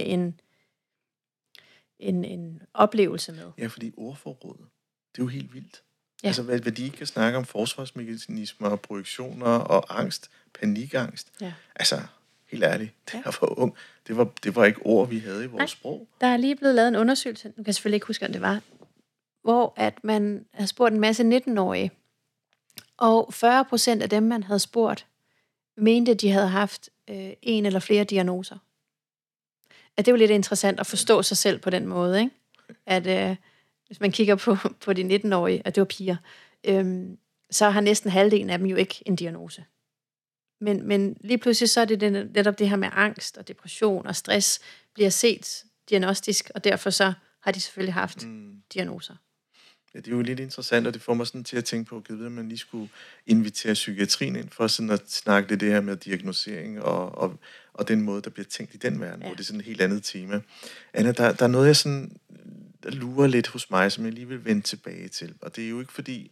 en oplevelse med. Ja, fordi ordforrådet, det er jo helt vildt. Ja. Altså, hvad de ikke kan snakke om forsvarsmekanismer og projektioner og angst, panikangst. Ja. Altså, helt ærligt, det var for ung. Det var ikke ord, vi havde i vores sprog. Der er lige blevet lavet en undersøgelse, nu kan jeg selvfølgelig ikke huske, om det var, hvor at man havde spurgt en masse 19-årige, og 40% af dem, man havde spurgt, mente, at de havde haft en eller flere diagnoser. At det var lidt interessant at forstå sig selv på den måde, ikke? At hvis man kigger på de 19-årige, at det var piger, så har næsten halvdelen af dem jo ikke en diagnose. Men lige pludselig så er det netop det her med angst og depression og stress bliver set diagnostisk, og derfor så har de selvfølgelig haft diagnoser. Ja, det er jo lidt interessant, og det får mig sådan til at tænke på, at man lige skulle invitere psykiatrien ind for sådan at snakke lidt det her med diagnosering og den måde, der bliver tænkt i den verden, hvor det er sådan et helt andet tema. Anna, der er noget, jeg sådan, der lurer lidt hos mig, som jeg lige vil vende tilbage til, og det er jo ikke fordi,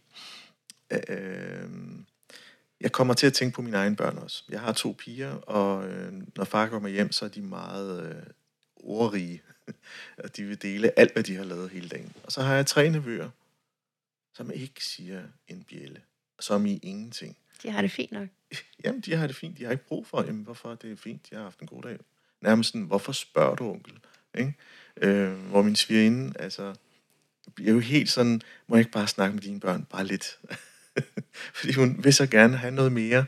jeg kommer til at tænke på mine egne børn også. Jeg har 2 piger, og når far kommer hjem, så er de meget ordrige, og de vil dele alt, hvad de har lavet hele dagen. Og så har jeg 3 nevøer, som ikke siger en bjælle, som i ingenting. De har det fint nok. Jamen, de har det fint. De har ikke brug for, hvorfor det er fint. De har haft en god dag. Nærmest sådan, hvorfor spørger du, onkel? Ikke? Hvor min svigerinde, altså, bliver jo helt sådan, må jeg ikke bare snakke med dine børn? Bare lidt. Fordi hun vil så gerne have noget mere.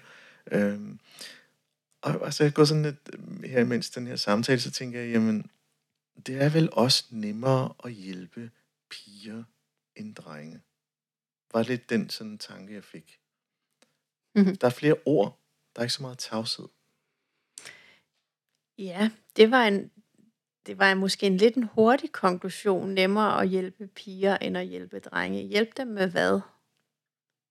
Og så jeg går sådan lidt her, imens den her samtale, så tænker jeg, jamen, det er vel også nemmere at hjælpe piger end drenge. Var lidt den sådan tanke, jeg fik. Mm-hmm. Der er flere ord. Der er ikke så meget tavshed. Ja, det var måske en lidt en hurtig konklusion. Nemmere at hjælpe piger, end at hjælpe drenge. Hjælp dem med hvad?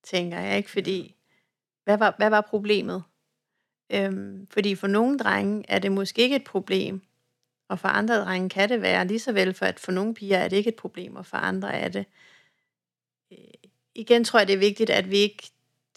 tænker jeg, ikke? Fordi, hvad var problemet? Fordi for nogle drenge er det måske ikke et problem, og for andre drenge kan det være lige så vel, for at for nogle piger er det ikke et problem, og for andre er det. Igen tror jeg, det er vigtigt, at vi ikke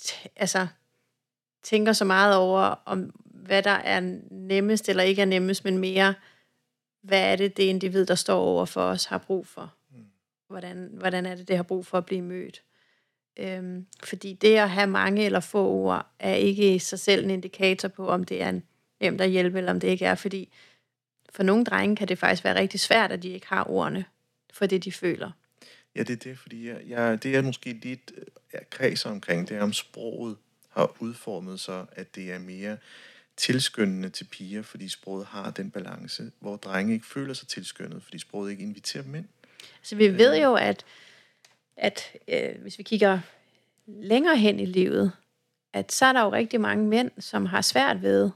tænker så meget over, om hvad der er nemmest eller ikke er nemmest, men mere, hvad er det individ, der står over for os, har brug for? Hvordan er det har brug for at blive mødt? Fordi det at have mange eller få ord, er ikke i sig selv en indikator på, om det er nemt at hjælpe, eller om det ikke er, fordi for nogle drenge kan det faktisk være rigtig svært, at de ikke har ordene for det, de føler. Ja, det er det, fordi det er måske lidt kredser omkring, det er om sproget har udformet sig, at det er mere tilskyndende til piger, fordi sproget har den balance, hvor drenge ikke føler sig tilskyndet, fordi sproget ikke inviterer dem ind. Så vi ved jo, at hvis vi kigger længere hen i livet, at så er der jo rigtig mange mænd, som har svært ved,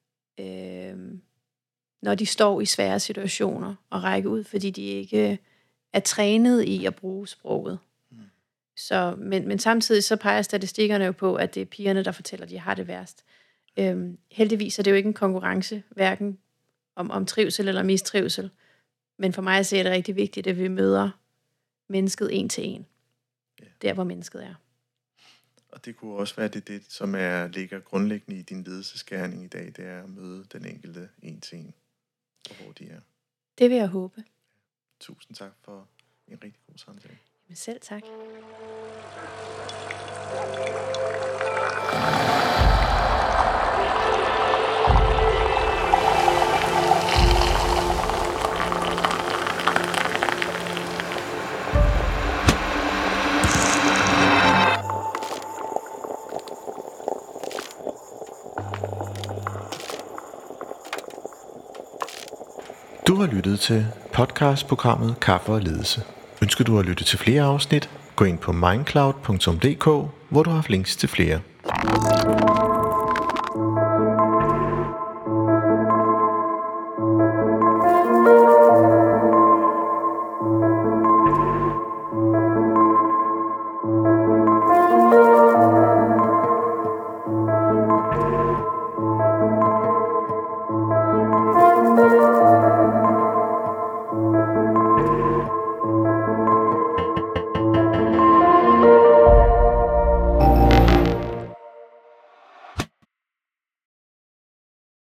når de står i svære situationer, og række ud, fordi de ikke er trænet i at bruge sproget. Så, men samtidig så peger statistikkerne jo på, at det er pigerne, der fortæller, at de har det værst. Heldigvis er det jo ikke en konkurrence, hverken om trivsel eller mistrivsel. Men for mig er det rigtig vigtigt, at vi møder mennesket en til en. Ja. Der, hvor mennesket er. Og det kunne også være det som ligger grundlæggende i din ledelsesgerning i dag, det er at møde den enkelte en til en, og hvor de er. Det vil jeg håbe. Tusind tak for en rigtig god samtale. Jamen selv tak. Du har lyttet til podcastprogrammet Kaffe og Ledelse. Ønsker du at lytte til flere afsnit? Gå ind på mindcloud.dk, hvor du har links til flere.